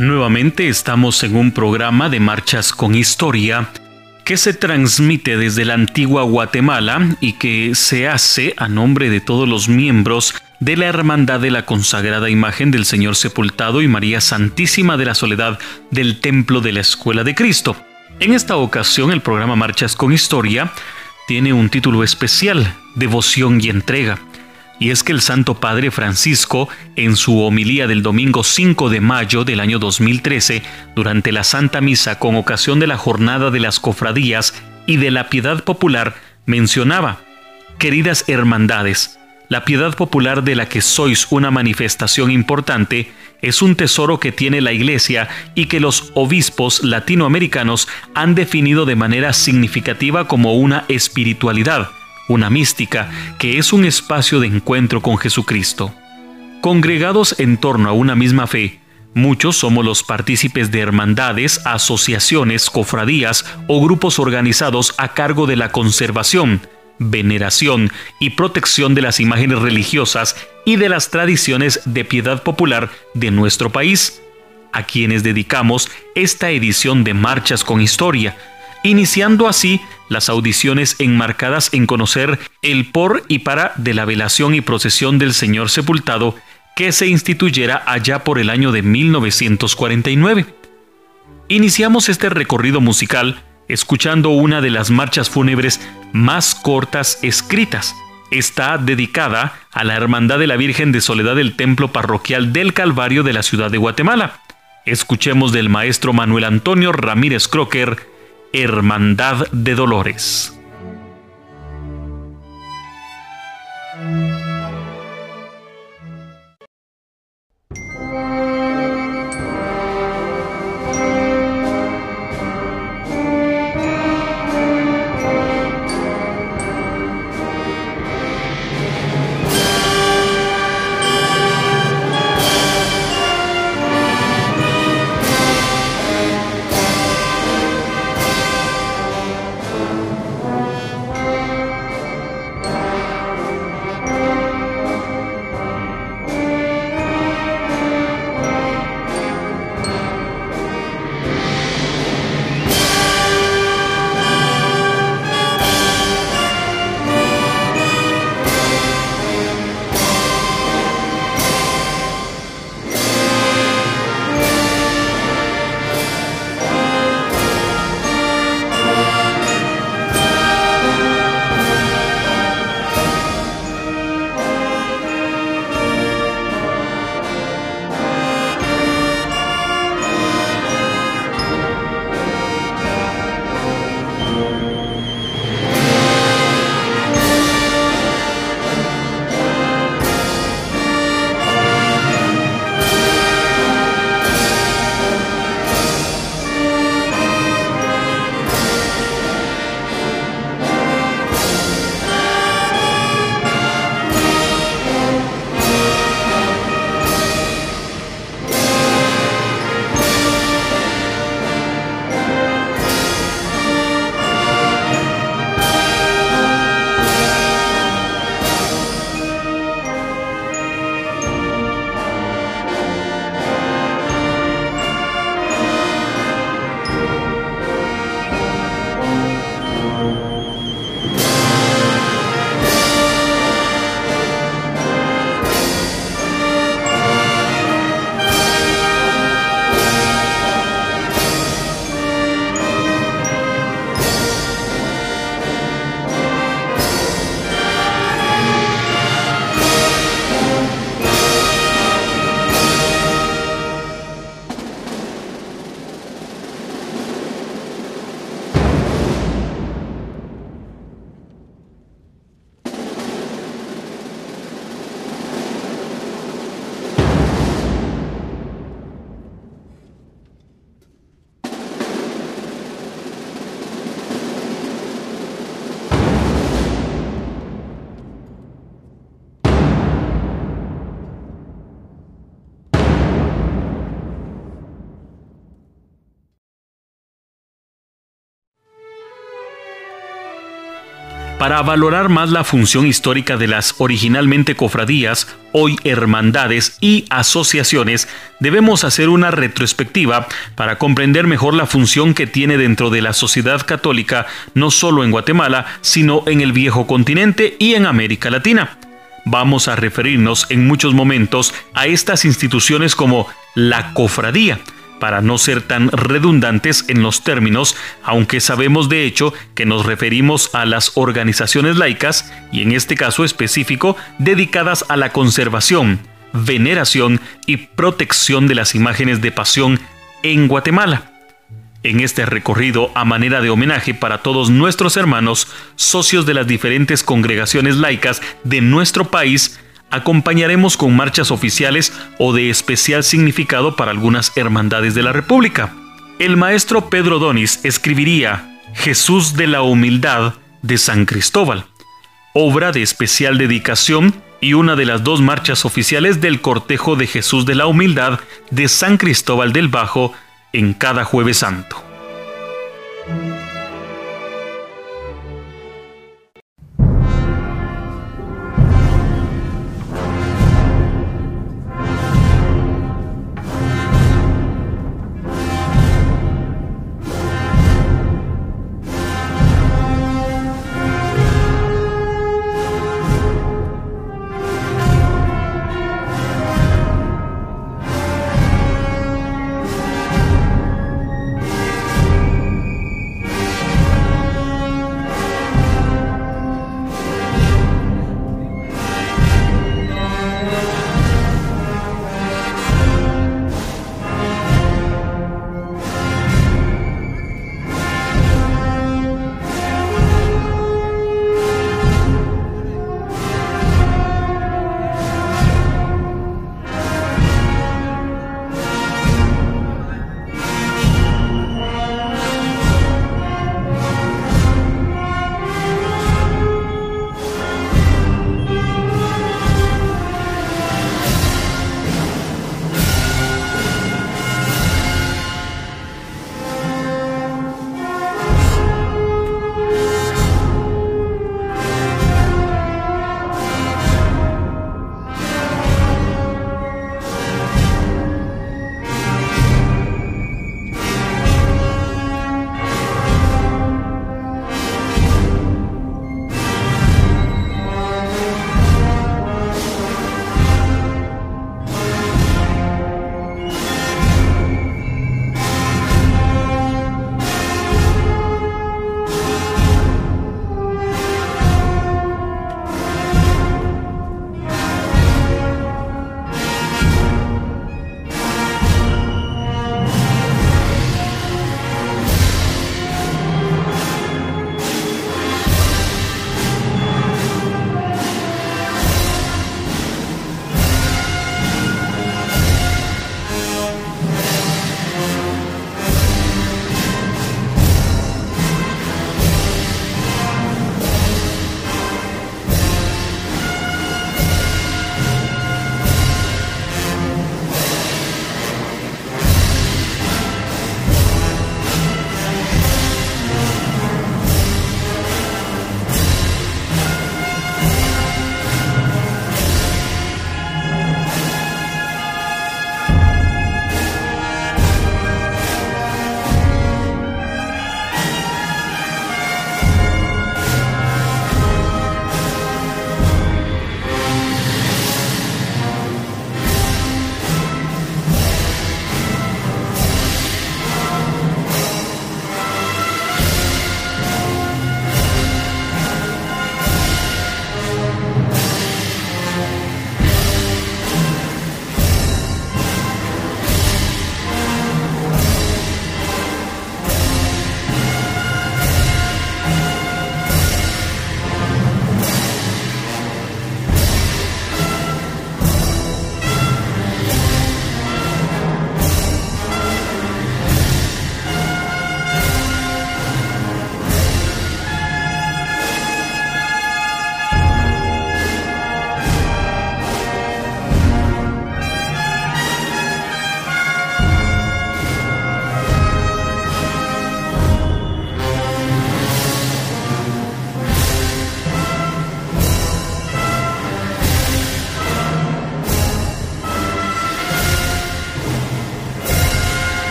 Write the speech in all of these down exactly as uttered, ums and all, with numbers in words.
Nuevamente estamos en un programa de Marchas con Historia que se transmite desde la antigua Guatemala y que se hace a nombre de todos los miembros de la Hermandad de la Consagrada Imagen del Señor Sepultado y María Santísima de la Soledad del Templo de la Escuela de Cristo. En esta ocasión el programa Marchas con Historia tiene un título especial, Devoción y Entrega. Y es que el Santo Padre Francisco, en su homilía del domingo cinco de mayo del año dos mil trece, durante la Santa Misa con ocasión de la Jornada de las Cofradías y de la Piedad Popular, mencionaba: queridas hermandades, la piedad popular de la que sois una manifestación importante es un tesoro que tiene la Iglesia y que los obispos latinoamericanos han definido de manera significativa como una espiritualidad, una mística, que es un espacio de encuentro con Jesucristo. Congregados en torno a una misma fe, muchos somos los partícipes de hermandades, asociaciones, cofradías o grupos organizados a cargo de la conservación, veneración y protección de las imágenes religiosas y de las tradiciones de piedad popular de nuestro país, a quienes dedicamos esta edición de Marchas con Historia, iniciando así las audiciones enmarcadas en conocer el por y para de la velación y procesión del Señor Sepultado que se instituyera allá por el año de mil novecientos cuarenta y nueve. Iniciamos este recorrido musical escuchando una de las marchas fúnebres más cortas escritas. Está dedicada a la Hermandad de la Virgen de Soledad del Templo Parroquial del Calvario de la ciudad de Guatemala. Escuchemos del maestro Manuel Antonio Ramírez Crocker, Hermandad de Dolores. Para valorar más la función histórica de las originalmente cofradías, hoy hermandades y asociaciones, debemos hacer una retrospectiva para comprender mejor la función que tiene dentro de la sociedad católica, no solo en Guatemala, sino en el viejo continente y en América Latina. Vamos a referirnos en muchos momentos a estas instituciones como la cofradía, para no ser tan redundantes en los términos, aunque sabemos de hecho que nos referimos a las organizaciones laicas, y en este caso específico, dedicadas a la conservación, veneración y protección de las imágenes de pasión en Guatemala. En este recorrido a manera de homenaje para todos nuestros hermanos, socios de las diferentes congregaciones laicas de nuestro país, acompañaremos con marchas oficiales o de especial significado para algunas hermandades de la República. El maestro Pedro Donis escribiría Jesús de la Humildad de San Cristóbal, obra de especial dedicación y una de las dos marchas oficiales del cortejo de Jesús de la Humildad de San Cristóbal del Bajo en cada Jueves Santo.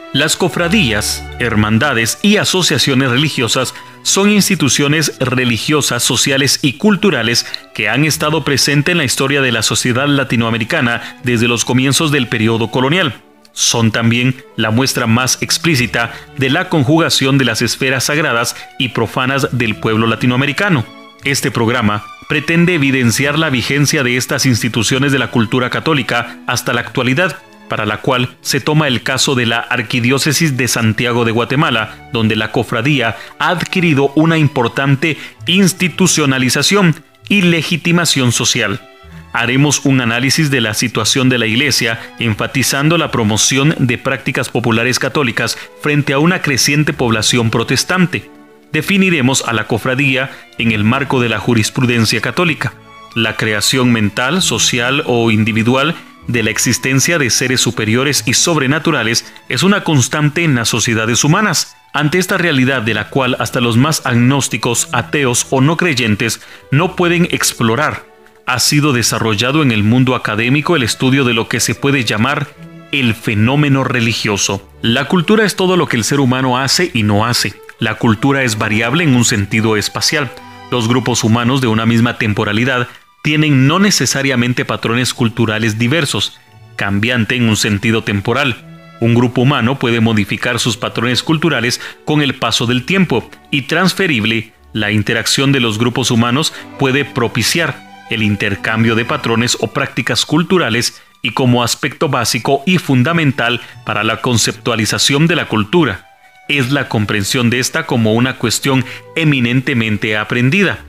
Las cofradías, hermandades y asociaciones religiosas son instituciones religiosas, sociales y culturales que han estado presentes en la historia de la sociedad latinoamericana desde los comienzos del periodo colonial. Son también la muestra más explícita de la conjugación de las esferas sagradas y profanas del pueblo latinoamericano. Este programa pretende evidenciar la vigencia de estas instituciones de la cultura católica hasta la actualidad, para la cual se toma el caso de la Arquidiócesis de Santiago de Guatemala, donde la cofradía ha adquirido una importante institucionalización y legitimación social. Haremos un análisis de la situación de la Iglesia, enfatizando la promoción de prácticas populares católicas frente a una creciente población protestante. Definiremos a la cofradía en el marco de la jurisprudencia católica, la creación mental, social o individual de la existencia de seres superiores y sobrenaturales es una constante en las sociedades humanas. Ante esta realidad de la cual hasta los más agnósticos, ateos o no creyentes no pueden explorar, ha sido desarrollado en el mundo académico el estudio de lo que se puede llamar el fenómeno religioso. La cultura es todo lo que el ser humano hace y no hace. La cultura es variable en un sentido espacial. Los grupos humanos de una misma temporalidad tienen no necesariamente patrones culturales diversos, cambiante en un sentido temporal. Un grupo humano puede modificar sus patrones culturales con el paso del tiempo y transferible. La interacción de los grupos humanos puede propiciar el intercambio de patrones o prácticas culturales y como aspecto básico y fundamental para la conceptualización de la cultura es la comprensión de esta como una cuestión eminentemente aprendida.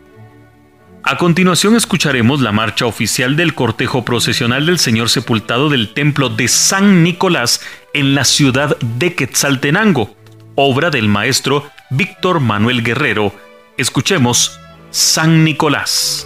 A continuación escucharemos la marcha oficial del cortejo procesional del Señor Sepultado del Templo de San Nicolás en la ciudad de Quetzaltenango, obra del maestro Víctor Manuel Guerrero. Escuchemos San Nicolás.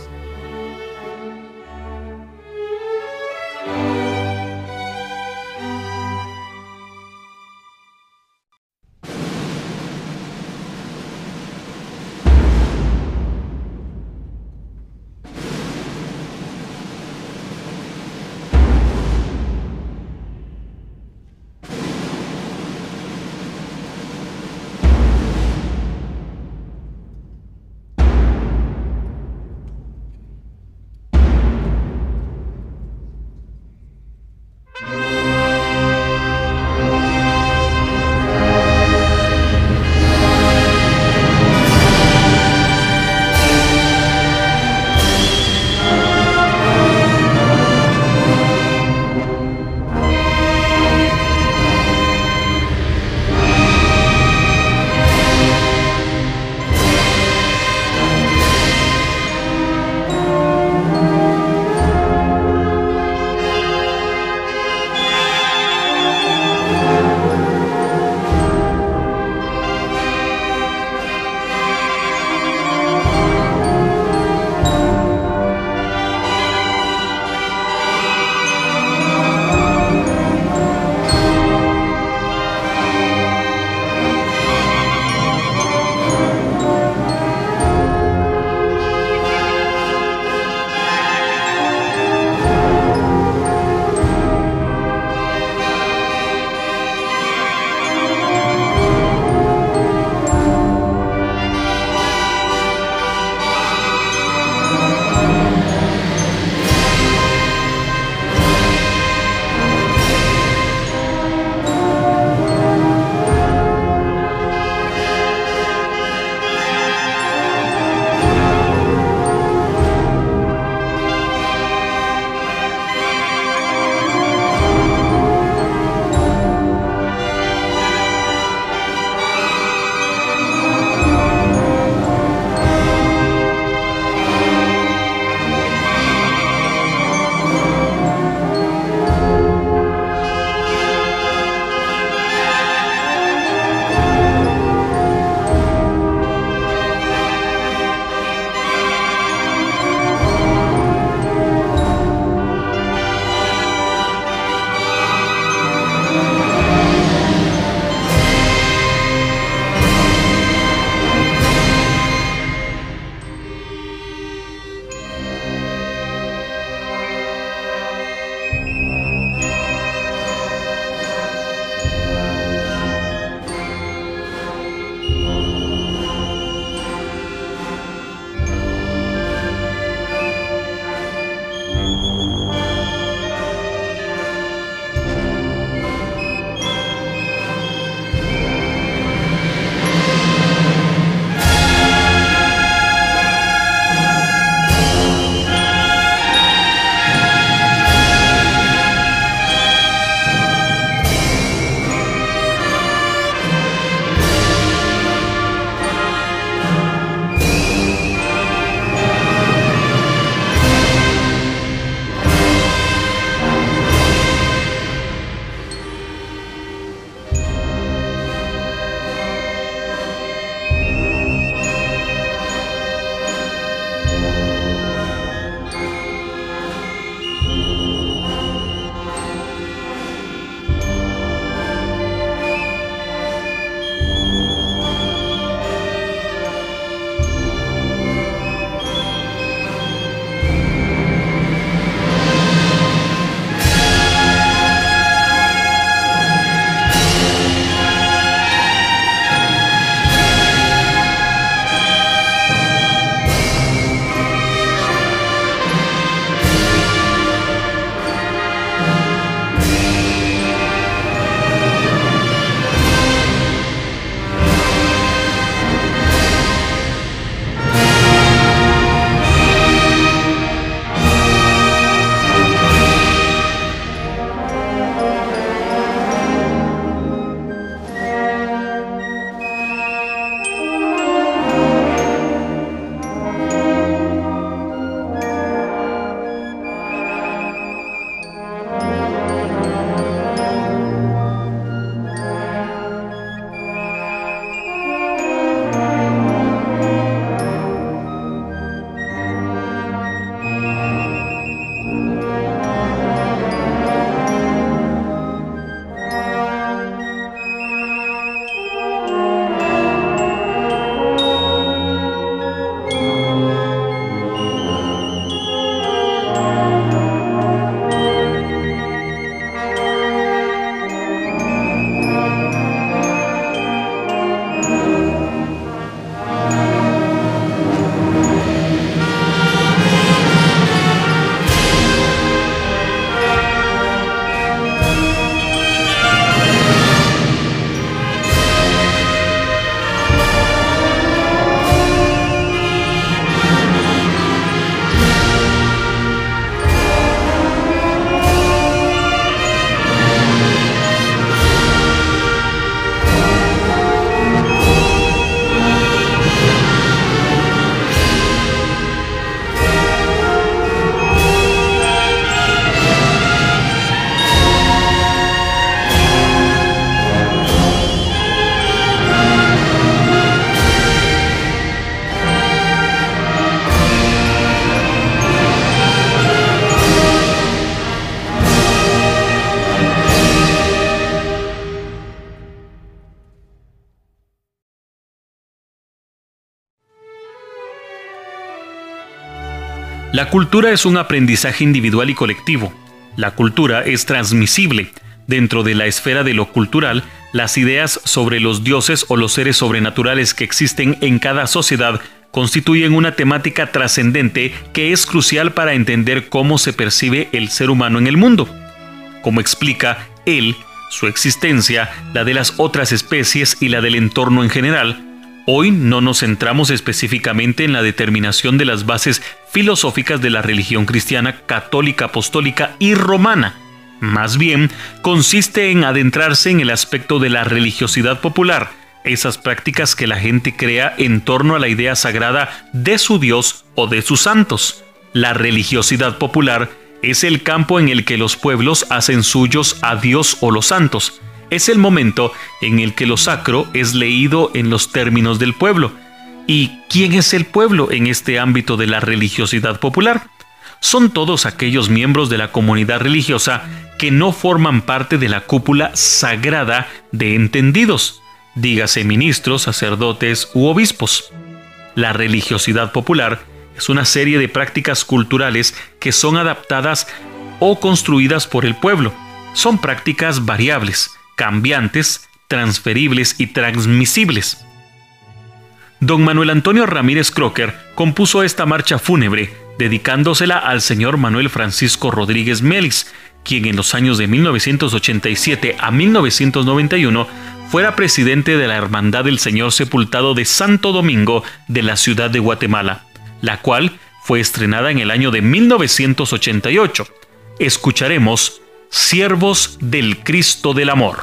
La cultura es un aprendizaje individual y colectivo. La cultura es transmisible. Dentro de la esfera de lo cultural, las ideas sobre los dioses o los seres sobrenaturales que existen en cada sociedad constituyen una temática trascendente que es crucial para entender cómo se percibe el ser humano en el mundo. Cómo explica él su existencia, la de las otras especies y la del entorno en general. Hoy no nos centramos específicamente en la determinación de las bases filosóficas de la religión cristiana, católica, apostólica y romana. Más bien, consiste en adentrarse en el aspecto de la religiosidad popular, esas prácticas que la gente crea en torno a la idea sagrada de su Dios o de sus santos. La religiosidad popular es el campo en el que los pueblos hacen suyos a Dios o los santos. Es el momento en el que lo sacro es leído en los términos del pueblo. ¿Y quién es el pueblo en este ámbito de la religiosidad popular? Son todos aquellos miembros de la comunidad religiosa que no forman parte de la cúpula sagrada de entendidos, dígase ministros, sacerdotes u obispos. La religiosidad popular es una serie de prácticas culturales que son adaptadas o construidas por el pueblo. Son prácticas variables, cambiantes, transferibles y transmisibles. Don Manuel Antonio Ramírez Crocker compuso esta marcha fúnebre dedicándosela al señor Manuel Francisco Rodríguez Melis, quien en los años de mil novecientos ochenta y siete a mil novecientos noventa y uno fuera presidente de la Hermandad del Señor Sepultado de Santo Domingo de la ciudad de Guatemala, la cual fue estrenada en el año de mil novecientos ochenta y ocho. Escucharemos Siervos del Cristo del Amor.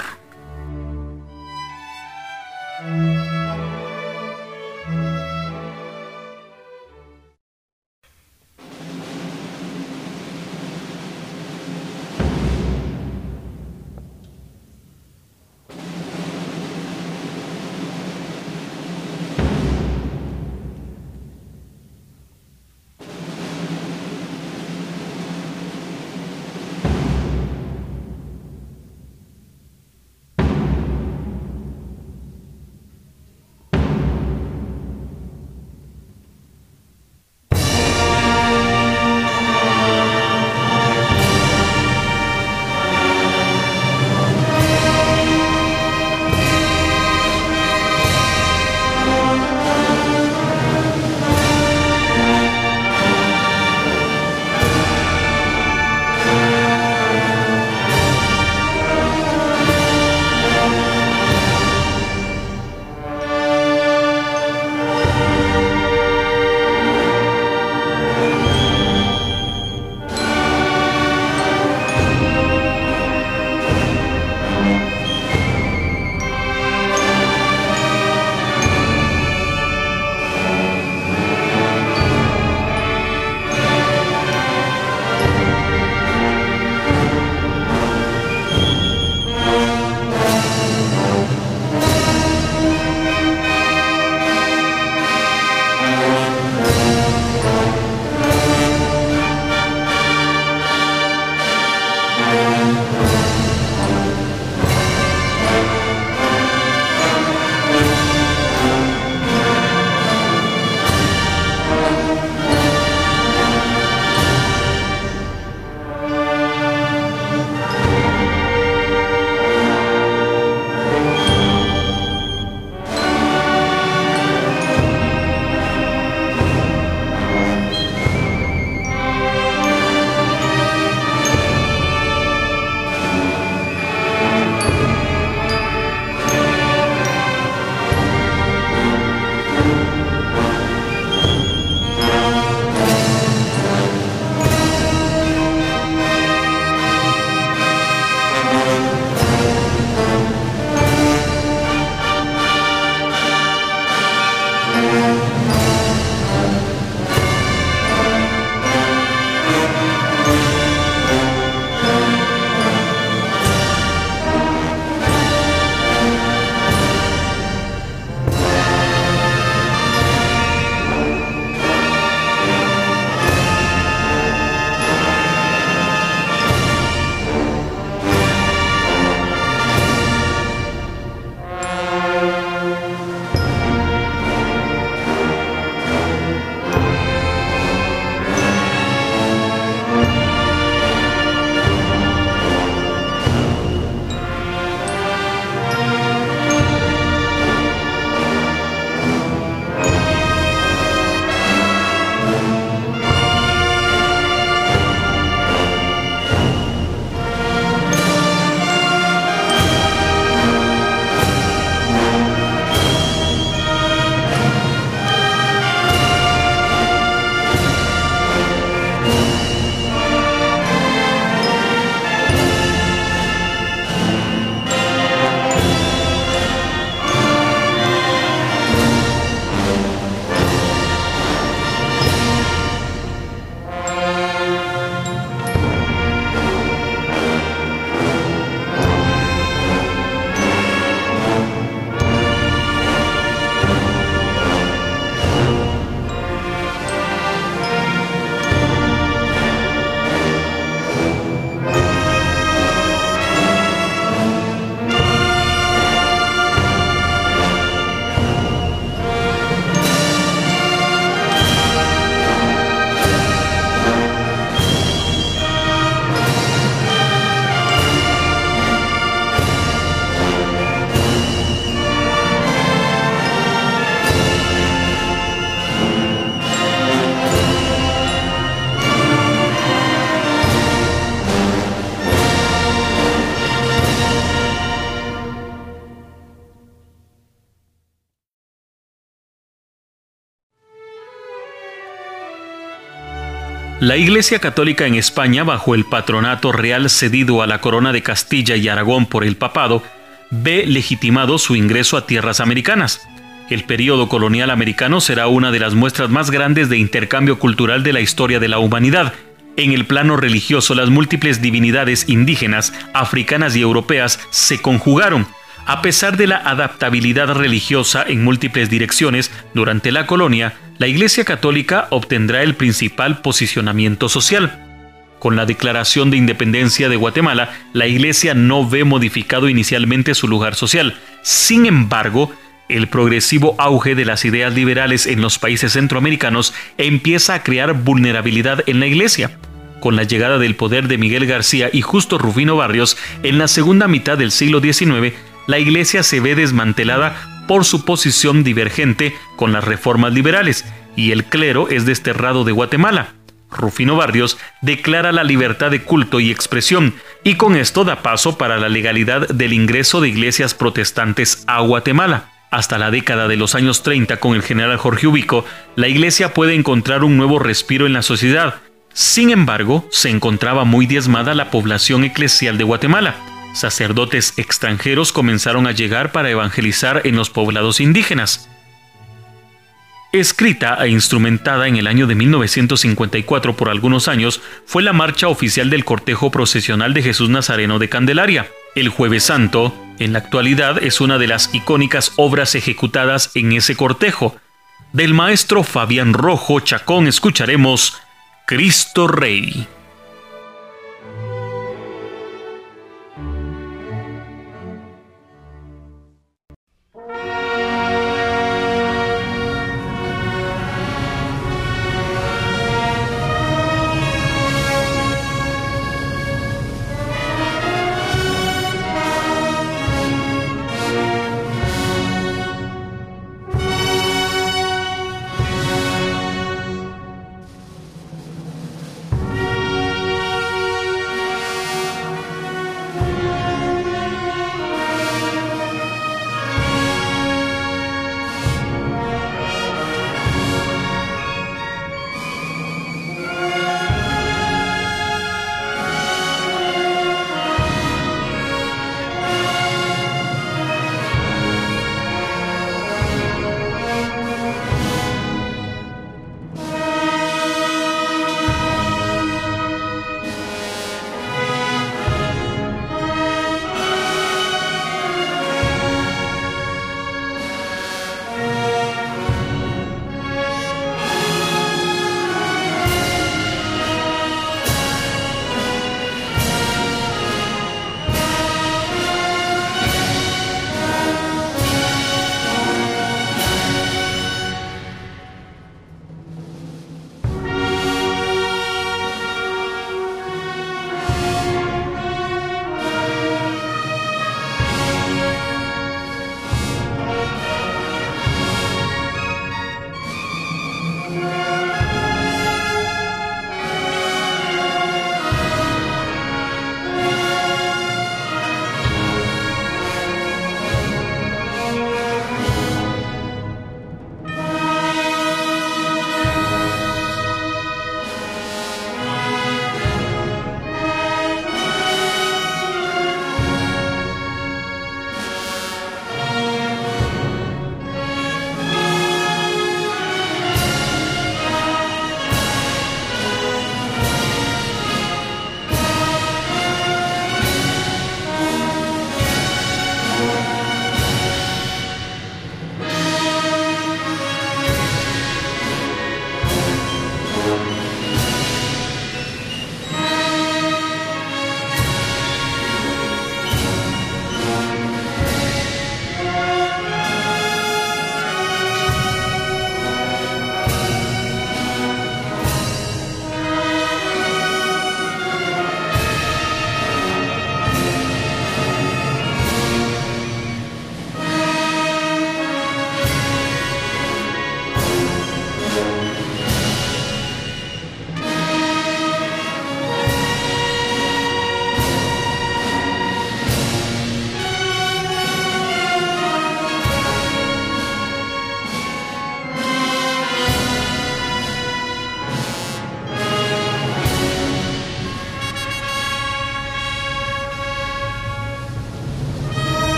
La Iglesia Católica en España, bajo el patronato real cedido a la Corona de Castilla y Aragón por el Papado, ve legitimado su ingreso a tierras americanas. El período colonial americano será una de las muestras más grandes de intercambio cultural de la historia de la humanidad. En el plano religioso, las múltiples divinidades indígenas, africanas y europeas se conjugaron. A pesar de la adaptabilidad religiosa en múltiples direcciones durante la colonia, la Iglesia Católica obtendrá el principal posicionamiento social. Con la Declaración de Independencia de Guatemala, la Iglesia no ve modificado inicialmente su lugar social. Sin embargo, el progresivo auge de las ideas liberales en los países centroamericanos empieza a crear vulnerabilidad en la Iglesia. Con la llegada del poder de Miguel García y Justo Rufino Barrios en la segunda mitad del siglo diecinueve, la Iglesia se ve desmantelada por su posición divergente con las reformas liberales, y el clero es desterrado de Guatemala. Rufino Barrios declara la libertad de culto y expresión, y con esto da paso para la legalidad del ingreso de iglesias protestantes a Guatemala. Hasta la década de los años treinta, con el general Jorge Ubico, la Iglesia puede encontrar un nuevo respiro en la sociedad. Sin embargo, se encontraba muy diezmada la población eclesial de Guatemala. Sacerdotes extranjeros comenzaron a llegar para evangelizar en los poblados indígenas. Escrita e instrumentada en el año de mil novecientos cincuenta y cuatro por algunos años, fue la marcha oficial del cortejo procesional de Jesús Nazareno de Candelaria. El Jueves Santo, en la actualidad, es una de las icónicas obras ejecutadas en ese cortejo. Del maestro Fabián Rojo Chacón escucharemos Cristo Rey.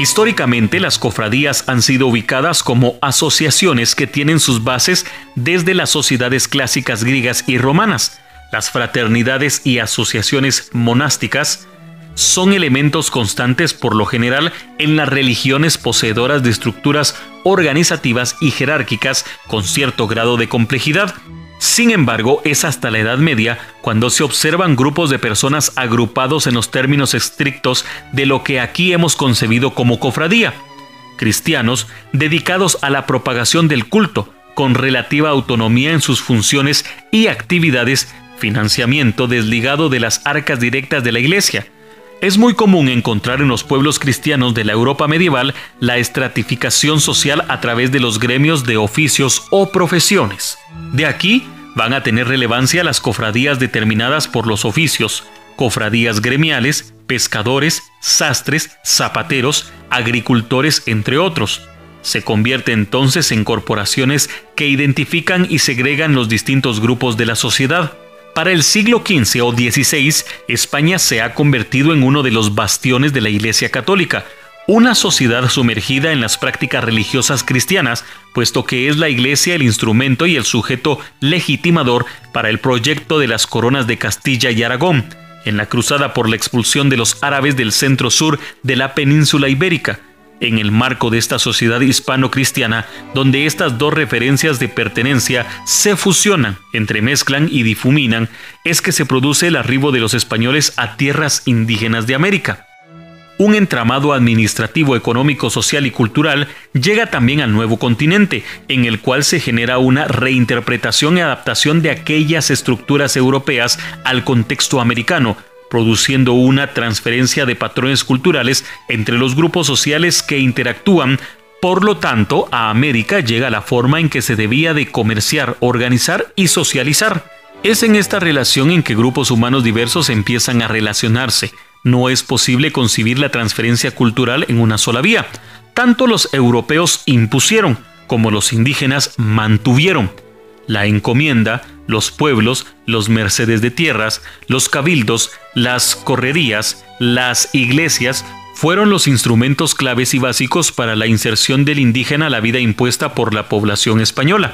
Históricamente, las cofradías han sido ubicadas como asociaciones que tienen sus bases desde las sociedades clásicas griegas y romanas. Las fraternidades y asociaciones monásticas son elementos constantes por lo general en las religiones poseedoras de estructuras organizativas y jerárquicas con cierto grado de complejidad. Sin embargo, es hasta la Edad Media cuando se observan grupos de personas agrupados en los términos estrictos de lo que aquí hemos concebido como cofradía. Cristianos dedicados a la propagación del culto, con relativa autonomía en sus funciones y actividades, financiamiento desligado de las arcas directas de la Iglesia. Es muy común encontrar en los pueblos cristianos de la Europa medieval la estratificación social a través de los gremios de oficios o profesiones. De aquí van a tener relevancia las cofradías determinadas por los oficios, cofradías gremiales, pescadores, sastres, zapateros, agricultores, entre otros. Se convierte entonces en corporaciones que identifican y segregan los distintos grupos de la sociedad. Para el siglo quince o dieciséis, España se ha convertido en uno de los bastiones de la Iglesia Católica, una sociedad sumergida en las prácticas religiosas cristianas, puesto que es la Iglesia el instrumento y el sujeto legitimador para el proyecto de las coronas de Castilla y Aragón, en la cruzada por la expulsión de los árabes del centro-sur de la península ibérica. En el marco de esta sociedad hispano-cristiana, donde estas dos referencias de pertenencia se fusionan, entremezclan y difuminan, es que se produce el arribo de los españoles a tierras indígenas de América. Un entramado administrativo, económico, social y cultural llega también al nuevo continente, en el cual se genera una reinterpretación y adaptación de aquellas estructuras europeas al contexto americano, produciendo una transferencia de patrones culturales entre los grupos sociales que interactúan. Por lo tanto, a América llega la forma en que se debía de comerciar, organizar y socializar. Es en esta relación en que grupos humanos diversos empiezan a relacionarse. No es posible concebir la transferencia cultural en una sola vía. Tanto los europeos impusieron como los indígenas mantuvieron. La encomienda, los pueblos, los mercedes de tierras, los cabildos, las correrías, las iglesias fueron los instrumentos claves y básicos para la inserción del indígena a la vida impuesta por la población española.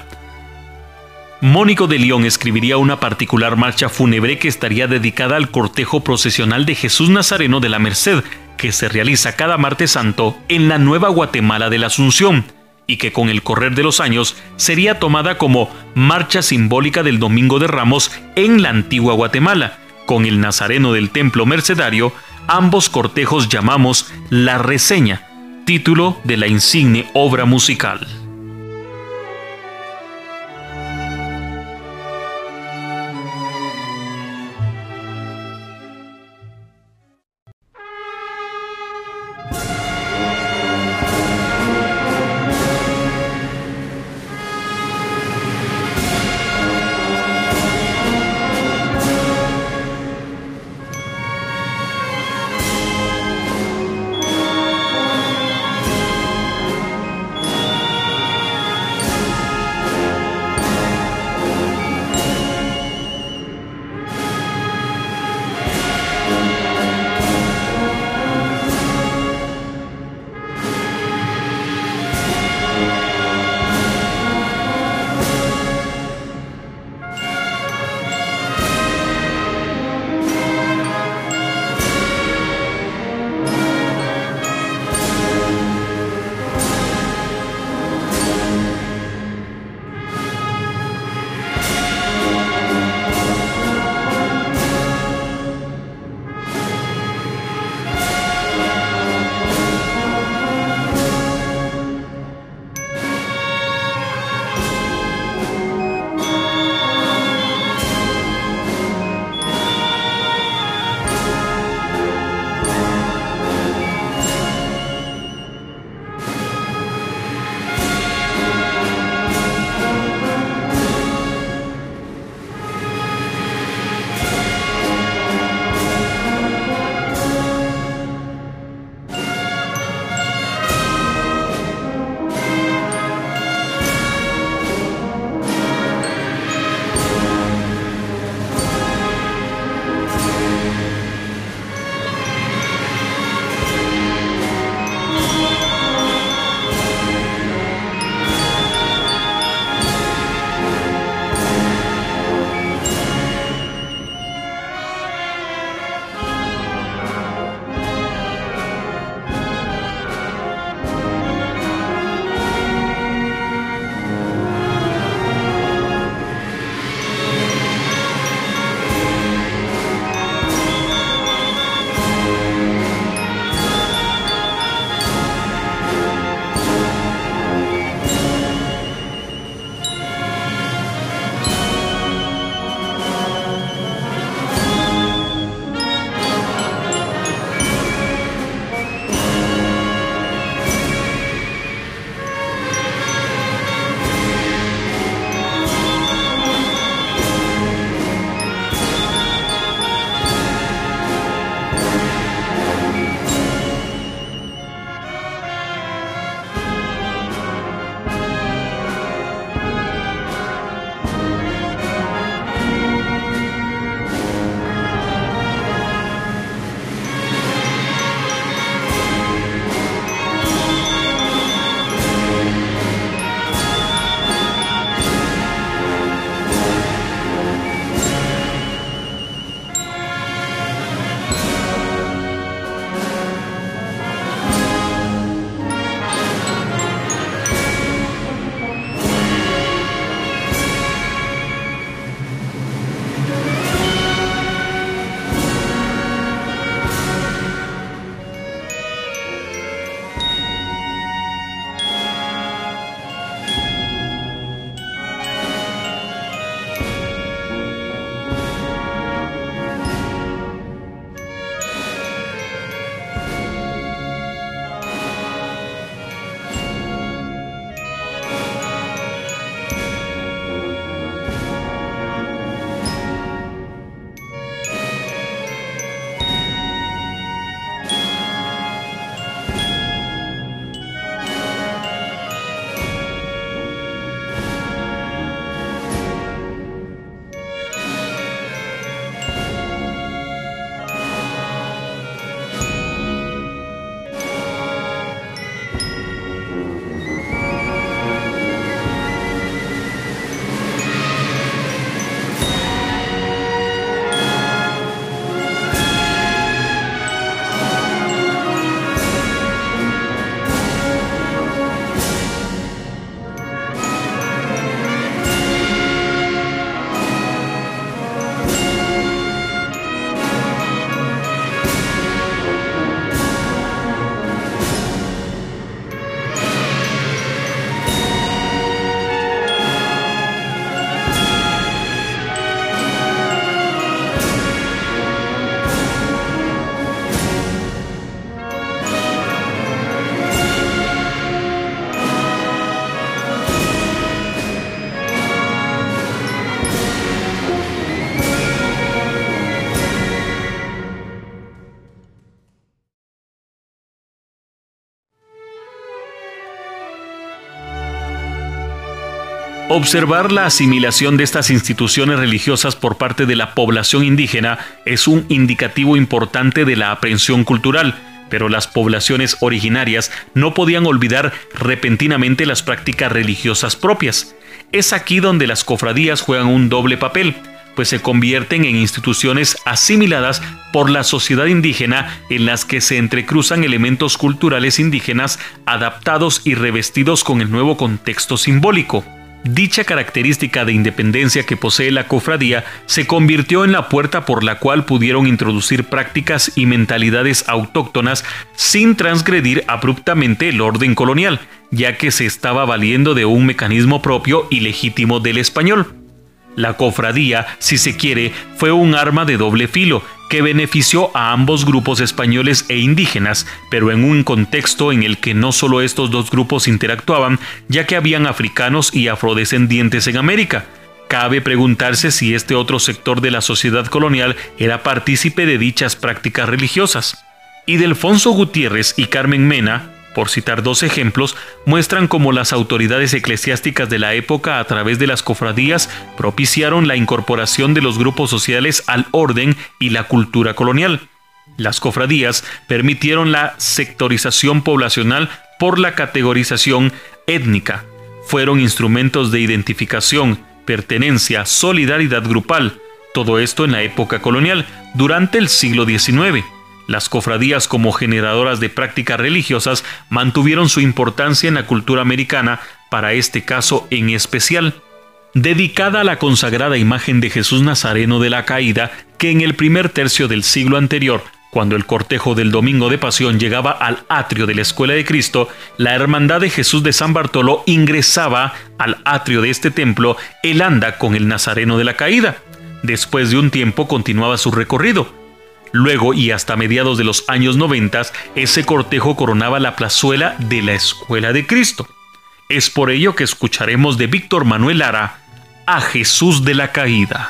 Mónico de León escribiría una particular marcha fúnebre que estaría dedicada al cortejo procesional de Jesús Nazareno de la Merced, que se realiza cada martes santo en la Nueva Guatemala de la Asunción, y que con el correr de los años sería tomada como marcha simbólica del Domingo de Ramos en la antigua Guatemala. Con el Nazareno del Templo Mercedario, ambos cortejos llamamos La Reseña, título de la insigne obra musical. Observar la asimilación de estas instituciones religiosas por parte de la población indígena es un indicativo importante de la aprehensión cultural, pero las poblaciones originarias no podían olvidar repentinamente las prácticas religiosas propias. Es aquí donde las cofradías juegan un doble papel, pues se convierten en instituciones asimiladas por la sociedad indígena en las que se entrecruzan elementos culturales indígenas adaptados y revestidos con el nuevo contexto simbólico. Dicha característica de independencia que posee la cofradía se convirtió en la puerta por la cual pudieron introducir prácticas y mentalidades autóctonas sin transgredir abruptamente el orden colonial, ya que se estaba valiendo de un mecanismo propio y legítimo del español. La cofradía, si se quiere, fue un arma de doble filo que benefició a ambos grupos españoles e indígenas, pero en un contexto en el que no solo estos dos grupos interactuaban, ya que habían africanos y afrodescendientes en América. Cabe preguntarse si este otro sector de la sociedad colonial era partícipe de dichas prácticas religiosas. Ildefonso Gutiérrez y Carmen Mena, por citar dos ejemplos, muestran cómo las autoridades eclesiásticas de la época a través de las cofradías propiciaron la incorporación de los grupos sociales al orden y la cultura colonial. Las cofradías permitieron la sectorización poblacional por la categorización étnica. Fueron instrumentos de identificación, pertenencia, solidaridad grupal. Todo esto en la época colonial, durante el siglo diecinueve. Las cofradías, como generadoras de prácticas religiosas, mantuvieron su importancia en la cultura americana, para este caso en especial. Dedicada a la consagrada imagen de Jesús Nazareno de la Caída, que en el primer tercio del siglo anterior, cuando el cortejo del Domingo de Pasión llegaba al atrio de la Escuela de Cristo, la Hermandad de Jesús de San Bartolo ingresaba al atrio de este templo el anda con el Nazareno de la Caída. Después de un tiempo continuaba su recorrido. Luego, y hasta mediados de los años noventa, ese cortejo coronaba la plazuela de la Escuela de Cristo. Es por ello que escucharemos de Víctor Manuel Lara a Jesús de la Caída.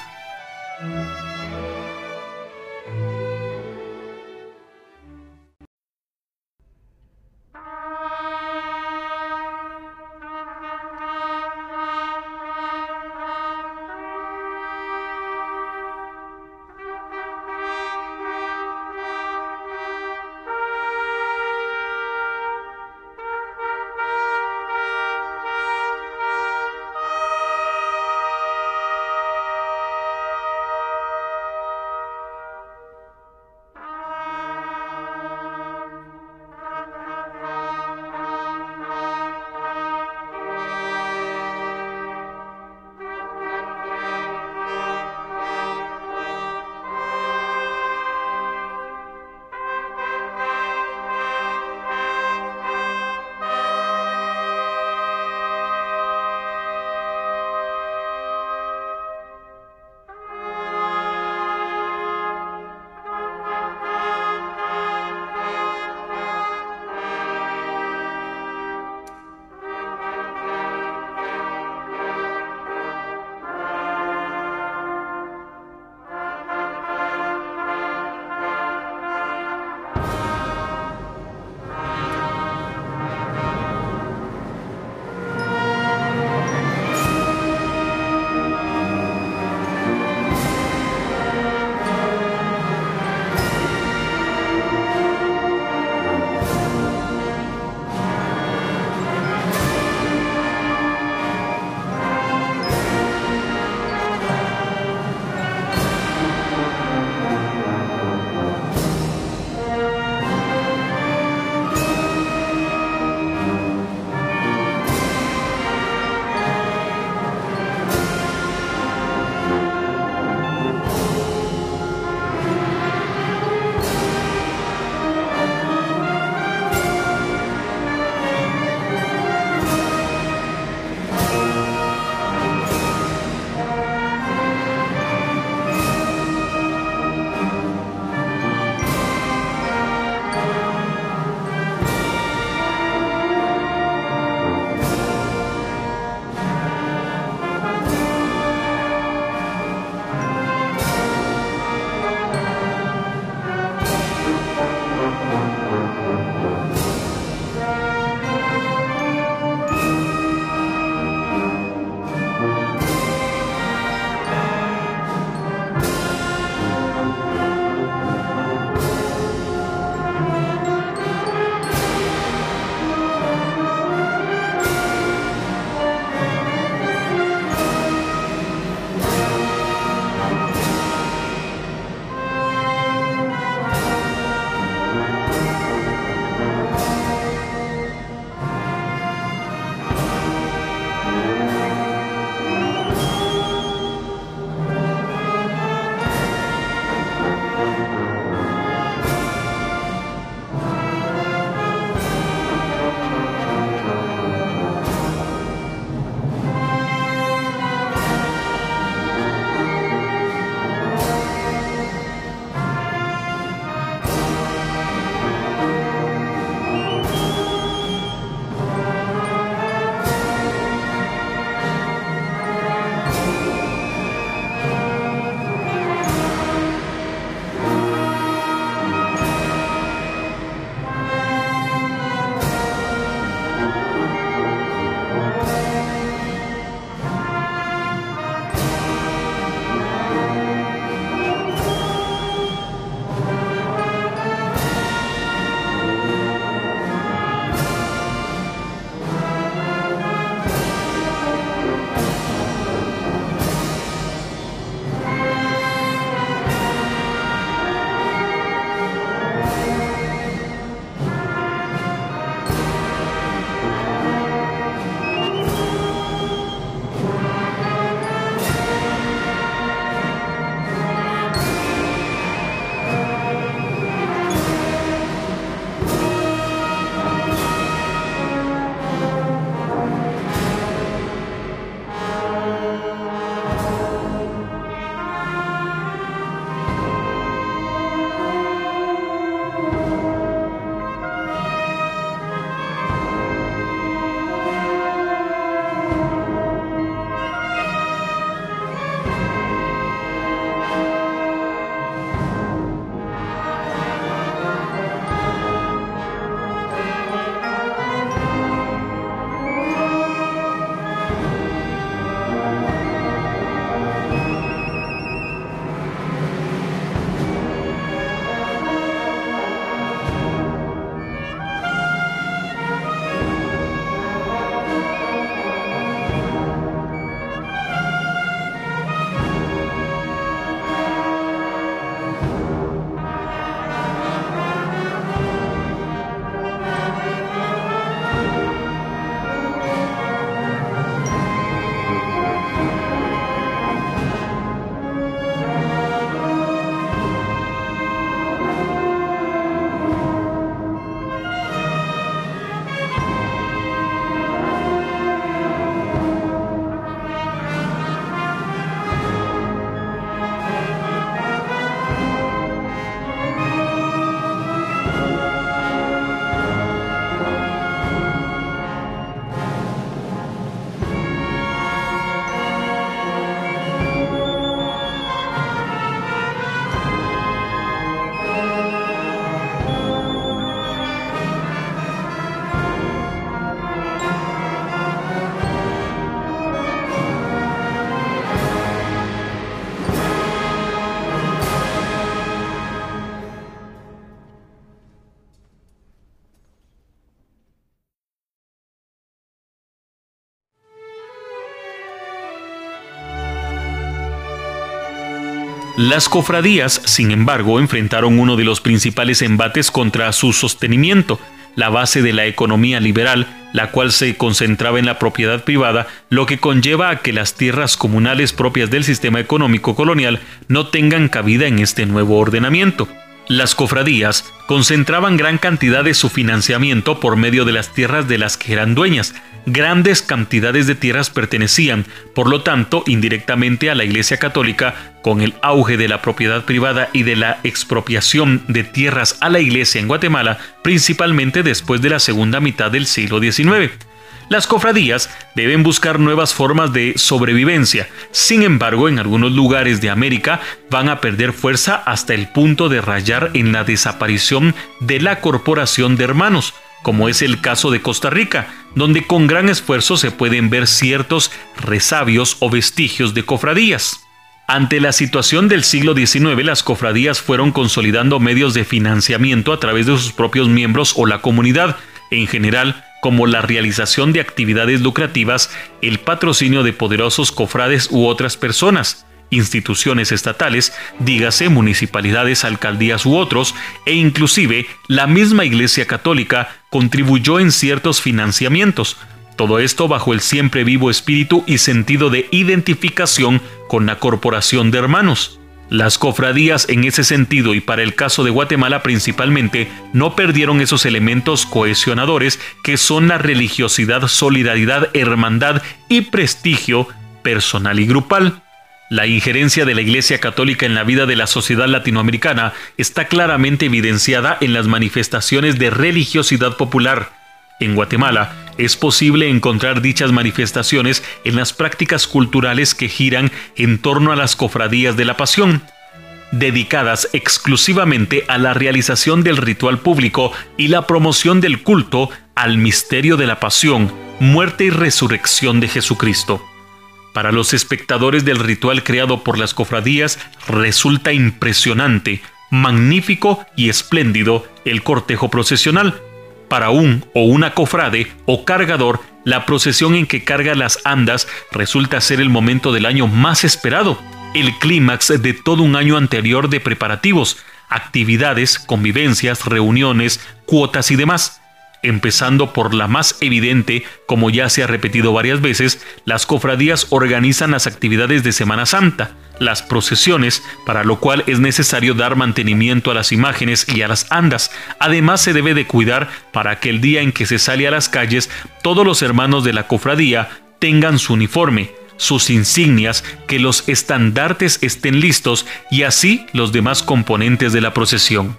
Las cofradías, sin embargo, enfrentaron uno de los principales embates contra su sostenimiento, la base de la economía liberal, la cual se concentraba en la propiedad privada, lo que conlleva a que las tierras comunales propias del sistema económico colonial no tengan cabida en este nuevo ordenamiento. Las cofradías concentraban gran cantidad de su financiamiento por medio de las tierras de las que eran dueñas. Grandes cantidades de tierras pertenecían, por lo tanto, indirectamente a la Iglesia Católica. Con el auge de la propiedad privada y de la expropiación de tierras a la Iglesia en Guatemala, principalmente después de la segunda mitad del siglo diecinueve. Las cofradías deben buscar nuevas formas de sobrevivencia. Sin embargo, en algunos lugares de América van a perder fuerza hasta el punto de rayar en la desaparición de la corporación de hermanos, como es el caso de Costa Rica, donde con gran esfuerzo se pueden ver ciertos resabios o vestigios de cofradías. Ante la situación del siglo diecinueve, las cofradías fueron consolidando medios de financiamiento a través de sus propios miembros o la comunidad en general, como la realización de actividades lucrativas, el patrocinio de poderosos cofrades u otras personas, instituciones estatales, dígase municipalidades, alcaldías u otros, e inclusive la misma Iglesia Católica contribuyó en ciertos financiamientos. Todo esto bajo el siempre vivo espíritu y sentido de identificación con la corporación de hermanos. Las cofradías en ese sentido, y para el caso de Guatemala principalmente, no perdieron esos elementos cohesionadores que son la religiosidad, solidaridad, hermandad y prestigio personal y grupal. La injerencia de la Iglesia Católica en la vida de la sociedad latinoamericana está claramente evidenciada en las manifestaciones de religiosidad popular. En Guatemala es posible encontrar dichas manifestaciones en las prácticas culturales que giran en torno a las cofradías de la Pasión, dedicadas exclusivamente a la realización del ritual público y la promoción del culto al misterio de la Pasión, muerte y resurrección de Jesucristo. Para los espectadores del ritual creado por las cofradías resulta impresionante, magnífico y espléndido el cortejo procesional. Para un o una cofrade o cargador, la procesión en que carga las andas resulta ser el momento del año más esperado, el clímax de todo un año anterior de preparativos, actividades, convivencias, reuniones, cuotas y demás. Empezando por la más evidente, como ya se ha repetido varias veces, las cofradías organizan las actividades de Semana Santa, las procesiones, para lo cual es necesario dar mantenimiento a las imágenes y a las andas. Además, se debe de cuidar para que el día en que se sale a las calles, todos los hermanos de la cofradía tengan su uniforme, sus insignias, que los estandartes estén listos y así los demás componentes de la procesión.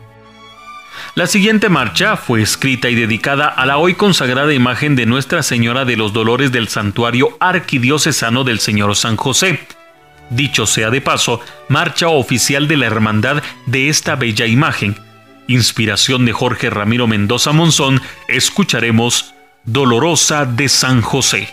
La siguiente marcha fue escrita y dedicada a la hoy consagrada imagen de Nuestra Señora de los Dolores del Santuario Arquidiocesano del Señor San José. Dicho sea de paso, marcha oficial de la hermandad de esta bella imagen. Inspiración de Jorge Ramiro Mendoza Monzón, escucharemos Dolorosa de San José.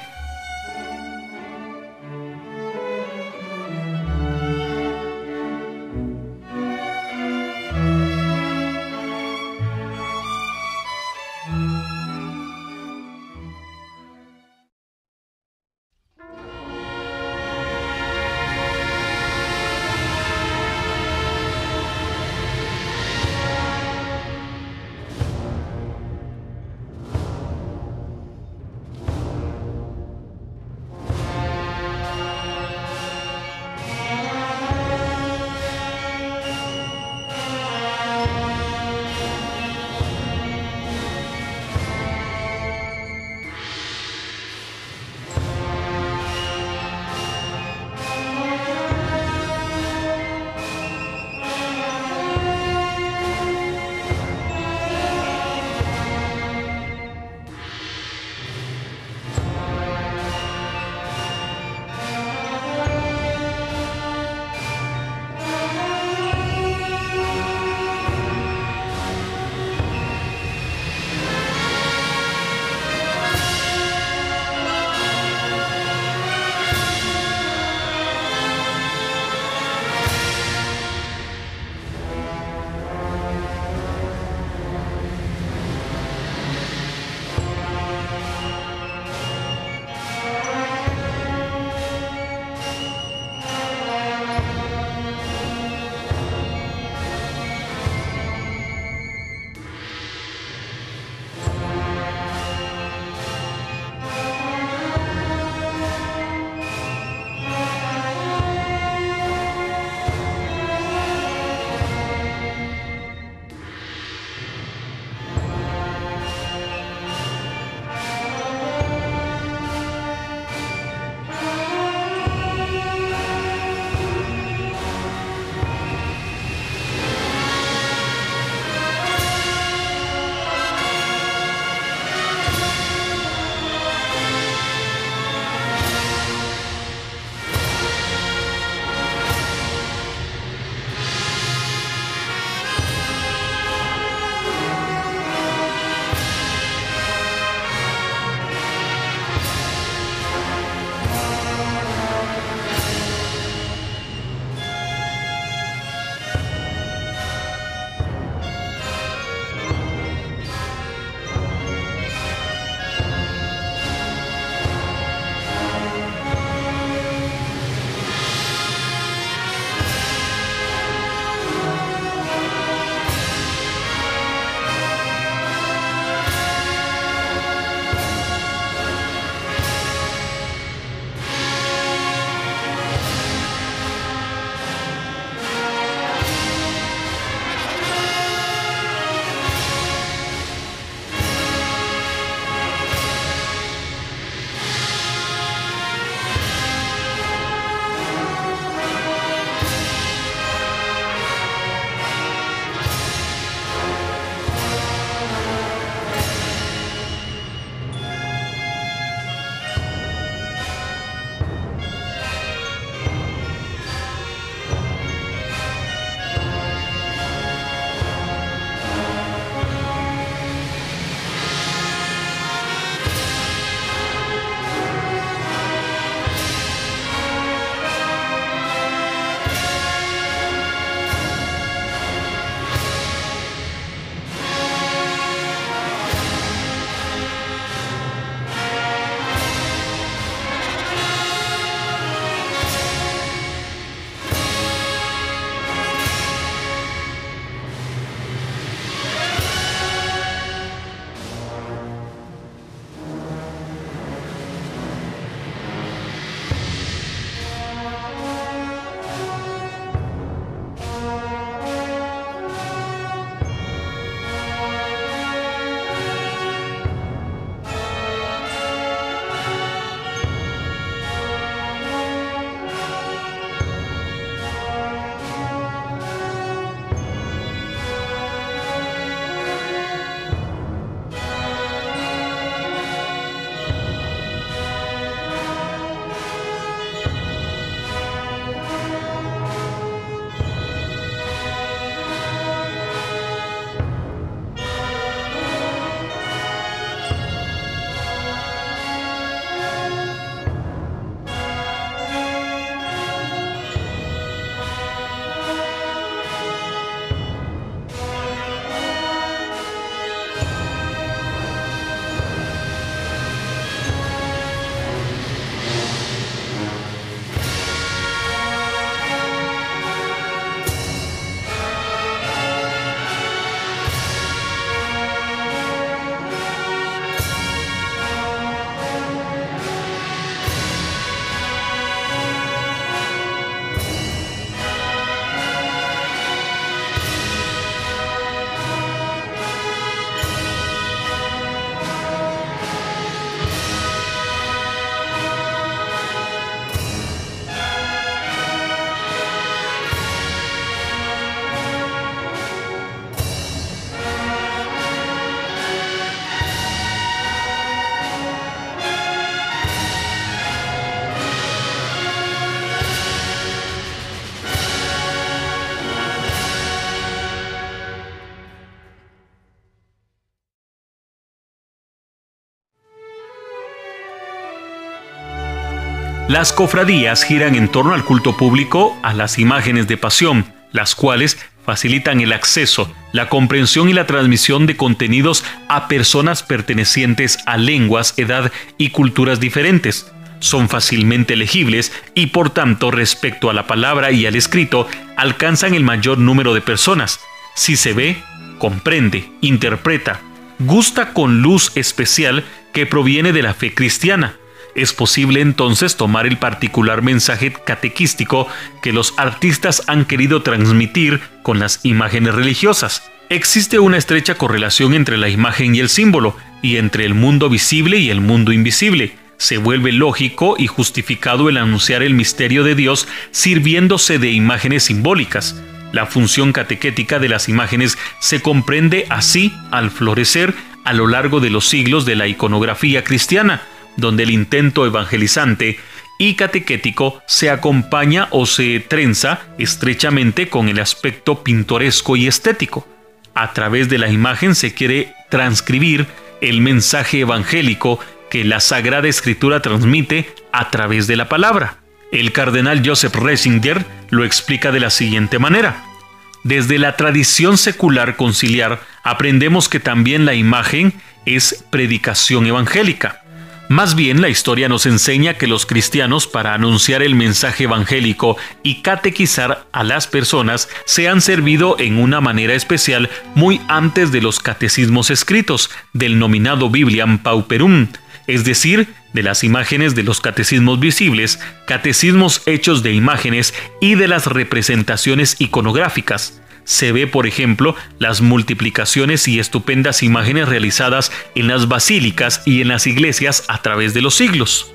Las cofradías giran en torno al culto público a las imágenes de pasión, las cuales facilitan el acceso, la comprensión y la transmisión de contenidos a personas pertenecientes a lenguas, edad y culturas diferentes. Son fácilmente legibles y, por tanto, respecto a la palabra y al escrito, alcanzan el mayor número de personas. Si se ve, comprende, interpreta, gusta con luz especial que proviene de la fe cristiana. Es posible entonces tomar el particular mensaje catequístico que los artistas han querido transmitir con las imágenes religiosas. Existe una estrecha correlación entre la imagen y el símbolo, y entre el mundo visible y el mundo invisible. Se vuelve lógico y justificado el anunciar el misterio de Dios sirviéndose de imágenes simbólicas. La función catequética de las imágenes se comprende así al florecer a lo largo de los siglos de la iconografía cristiana, donde el intento evangelizante y catequético se acompaña o se trenza estrechamente con el aspecto pintoresco y estético. A través de la imagen se quiere transcribir el mensaje evangélico que la Sagrada Escritura transmite a través de la palabra. El cardenal Joseph Ratzinger lo explica de la siguiente manera: desde la tradición secular conciliar aprendemos que también la imagen es predicación evangélica. Más bien, la historia nos enseña que los cristianos, para anunciar el mensaje evangélico y catequizar a las personas, se han servido en una manera especial muy antes de los catecismos escritos, del nominado Bibliam Pauperum, es decir, de las imágenes de los catecismos visibles, catecismos hechos de imágenes y de las representaciones iconográficas. Se ve, por ejemplo, las multiplicaciones y estupendas imágenes realizadas en las basílicas y en las iglesias a través de los siglos.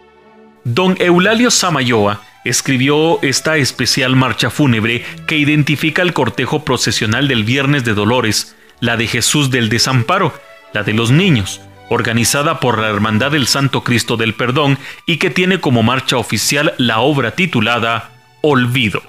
Don Eulalio Samayoa escribió esta especial marcha fúnebre que identifica el cortejo procesional del Viernes de Dolores, la de Jesús del Desamparo, la de los niños, organizada por la Hermandad del Santo Cristo del Perdón y que tiene como marcha oficial la obra titulada Olvido.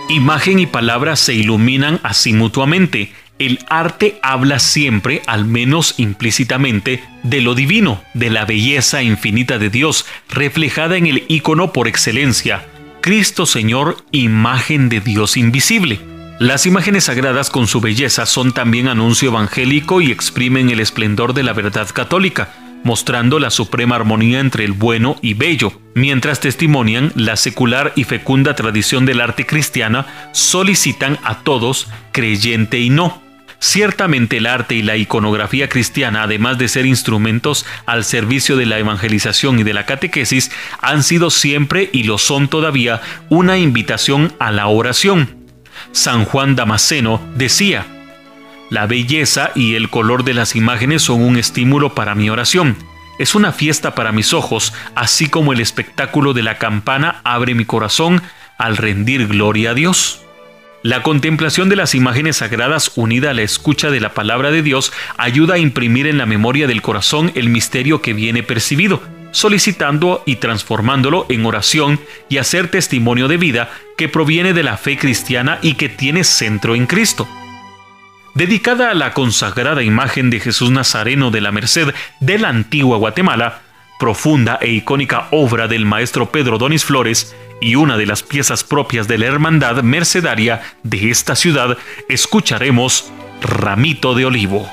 Imagen y palabra se iluminan así mutuamente. El arte habla siempre, al menos implícitamente, de lo divino, de la belleza infinita de Dios, reflejada en el ícono por excelencia, Cristo Señor, imagen de Dios invisible. Las imágenes sagradas con su belleza son también anuncio evangélico y exprimen el esplendor de la verdad católica, mostrando la suprema armonía entre el bueno y bello, mientras testimonian la secular y fecunda tradición del arte cristiana, solicitan a todos, creyente y no. Ciertamente el arte y la iconografía cristiana, además de ser instrumentos al servicio de la evangelización y de la catequesis, han sido siempre y lo son todavía una invitación a la oración. San Juan Damasceno decía: la belleza y el color de las imágenes son un estímulo para mi oración. Es una fiesta para mis ojos, así como el espectáculo de la campana abre mi corazón al rendir gloria a Dios. La contemplación de las imágenes sagradas unida a la escucha de la palabra de Dios ayuda a imprimir en la memoria del corazón el misterio que viene percibido, solicitando y transformándolo en oración y hacer testimonio de vida que proviene de la fe cristiana y que tiene centro en Cristo. Dedicada a la consagrada imagen de Jesús Nazareno de la Merced de la antigua Guatemala, profunda e icónica obra del maestro Pedro Donis Flores y una de las piezas propias de la hermandad mercedaria de esta ciudad, escucharemos Ramito de Olivo.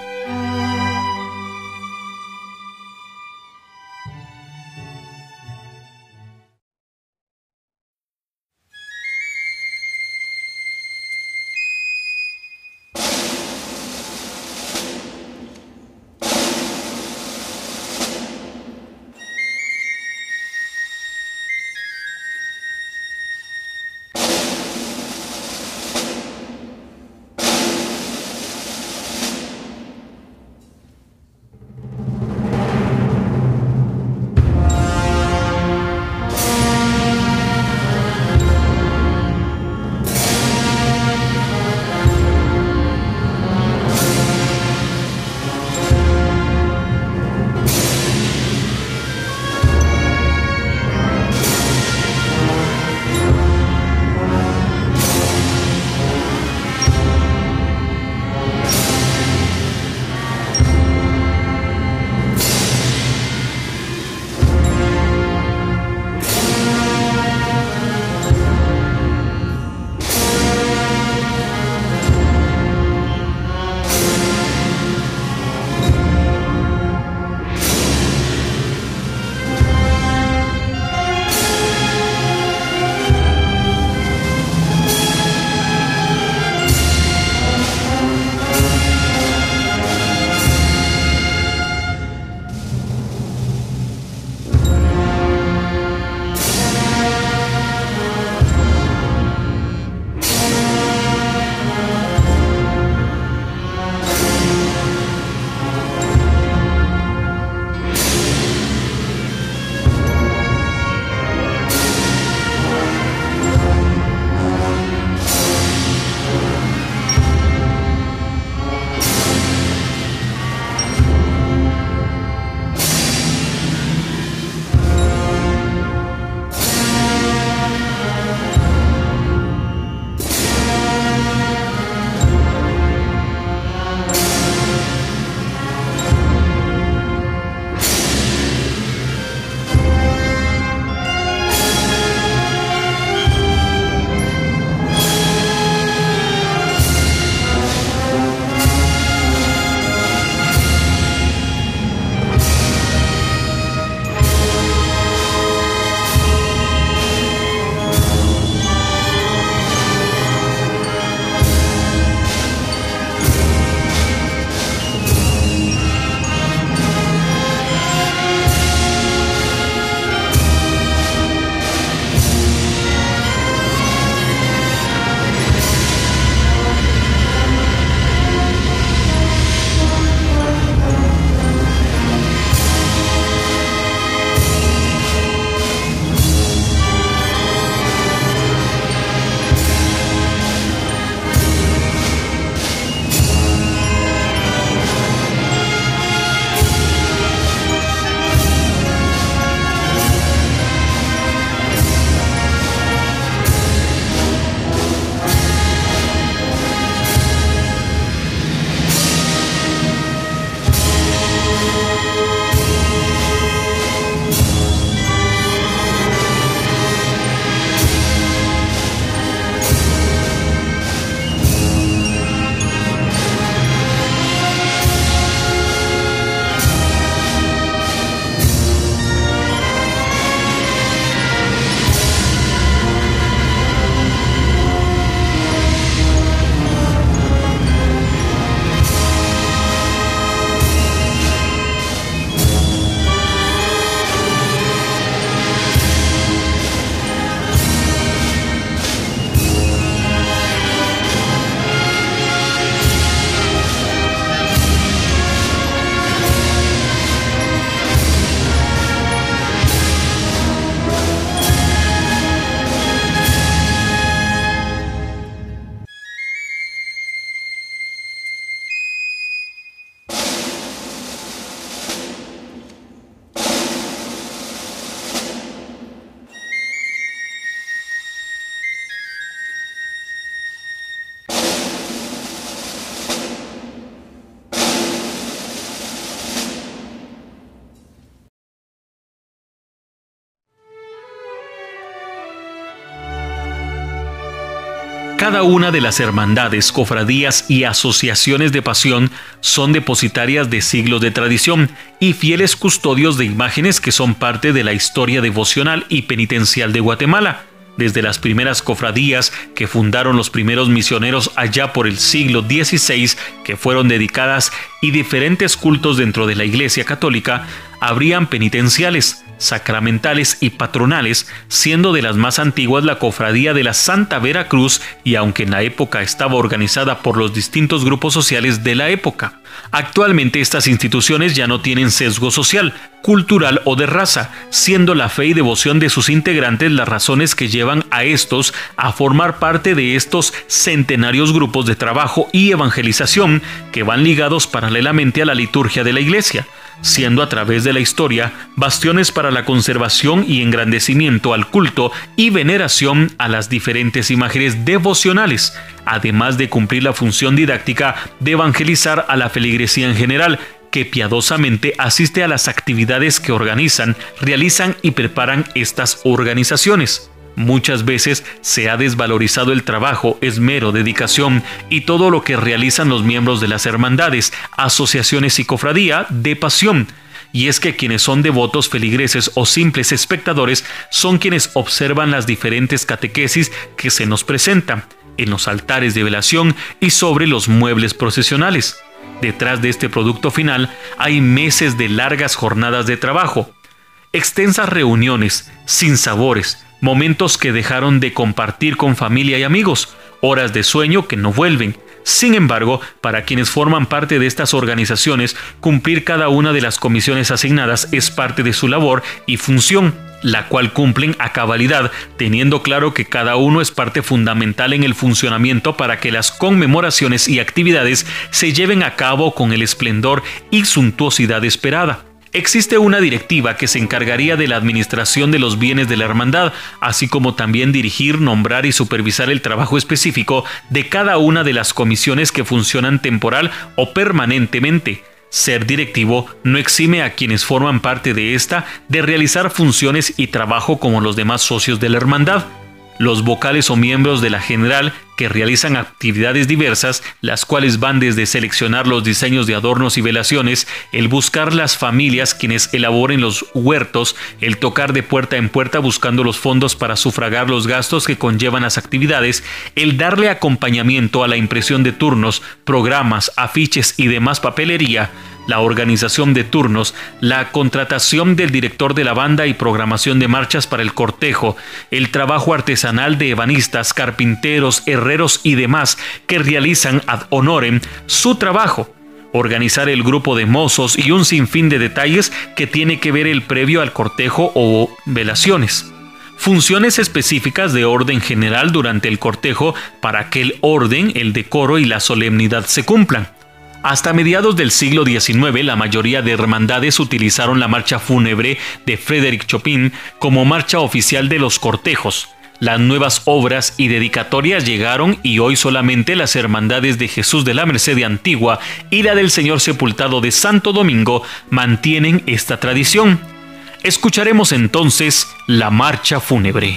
Cada una de las hermandades, cofradías y asociaciones de pasión son depositarias de siglos de tradición y fieles custodios de imágenes que son parte de la historia devocional y penitencial de Guatemala. Desde las primeras cofradías que fundaron los primeros misioneros allá por el siglo dieciséis, que fueron dedicadas, y diferentes cultos dentro de la Iglesia Católica, habrían penitenciales, sacramentales y patronales, siendo de las más antiguas la Cofradía de la Santa Veracruz, y aunque en la época estaba organizada por los distintos grupos sociales de la época. Actualmente estas instituciones ya no tienen sesgo social, cultural o de raza, siendo la fe y devoción de sus integrantes las razones que llevan a estos a formar parte de estos centenarios grupos de trabajo y evangelización que van ligados paralelamente a la liturgia de la Iglesia, siendo a través de la historia bastiones para la conservación y engrandecimiento al culto y veneración a las diferentes imágenes devocionales, además de cumplir la función didáctica de evangelizar a la feligresía en general, que piadosamente asiste a las actividades que organizan, realizan y preparan estas organizaciones. Muchas veces se ha desvalorizado el trabajo, esmero, dedicación y todo lo que realizan los miembros de las hermandades, asociaciones y cofradía de pasión. Y es que quienes son devotos feligreses o simples espectadores son quienes observan las diferentes catequesis que se nos presentan en los altares de velación y sobre los muebles procesionales. Detrás de este producto final hay meses de largas jornadas de trabajo, extensas reuniones, sinsabores, momentos que dejaron de compartir con familia y amigos, horas de sueño que no vuelven. Sin embargo, para quienes forman parte de estas organizaciones, cumplir cada una de las comisiones asignadas es parte de su labor y función, la cual cumplen a cabalidad, teniendo claro que cada uno es parte fundamental en el funcionamiento para que las conmemoraciones y actividades se lleven a cabo con el esplendor y suntuosidad esperada. Existe una directiva que se encargaría de la administración de los bienes de la hermandad, así como también dirigir, nombrar y supervisar el trabajo específico de cada una de las comisiones que funcionan temporal o permanentemente. Ser directivo no exime a quienes forman parte de esta de realizar funciones y trabajo como los demás socios de la hermandad. Los vocales o miembros de la general que realizan actividades diversas, las cuales van desde seleccionar los diseños de adornos y velaciones, el buscar las familias quienes elaboren los huertos, el tocar de puerta en puerta buscando los fondos para sufragar los gastos que conllevan las actividades, el darle acompañamiento a la impresión de turnos, programas, afiches y demás papelería, la organización de turnos, la contratación del director de la banda y programación de marchas para el cortejo, el trabajo artesanal de ebanistas, carpinteros, herreros y demás que realizan ad honorem su trabajo, organizar el grupo de mozos y un sinfín de detalles que tiene que ver el previo al cortejo o velaciones. Funciones específicas de orden general durante el cortejo para que el orden, el decoro y la solemnidad se cumplan. Hasta mediados del siglo diecinueve, la mayoría de hermandades utilizaron la marcha fúnebre de Frédéric Chopin como marcha oficial de los cortejos. Las nuevas obras y dedicatorias llegaron y hoy solamente las hermandades de Jesús de la Merced de Antigua y la del Señor Sepultado de Santo Domingo mantienen esta tradición. Escucharemos entonces la marcha fúnebre.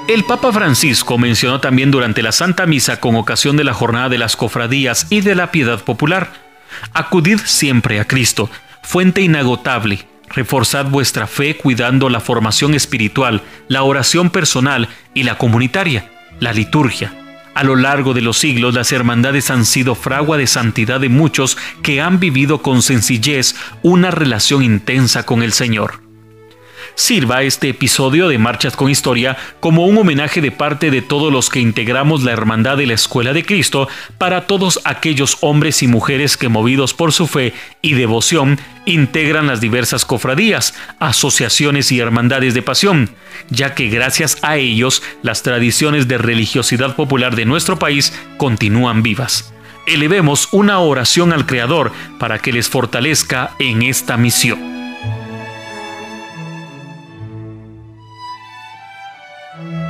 El Papa Francisco mencionó también durante la Santa Misa con ocasión de la Jornada de las Cofradías y de la Piedad Popular: acudid siempre a Cristo, fuente inagotable. Reforzad vuestra fe cuidando la formación espiritual, la oración personal y la comunitaria, la liturgia. A lo largo de los siglos, las hermandades han sido fragua de santidad de muchos que han vivido con sencillez una relación intensa con el Señor. Sirva este episodio de Marchas con Historia como un homenaje de parte de todos los que integramos la Hermandad de la Escuela de Cristo para todos aquellos hombres y mujeres que, movidos por su fe y devoción, integran las diversas cofradías, asociaciones y hermandades de pasión, ya que gracias a ellos las tradiciones de religiosidad popular de nuestro país continúan vivas. Elevemos una oración al Creador para que les fortalezca en esta misión.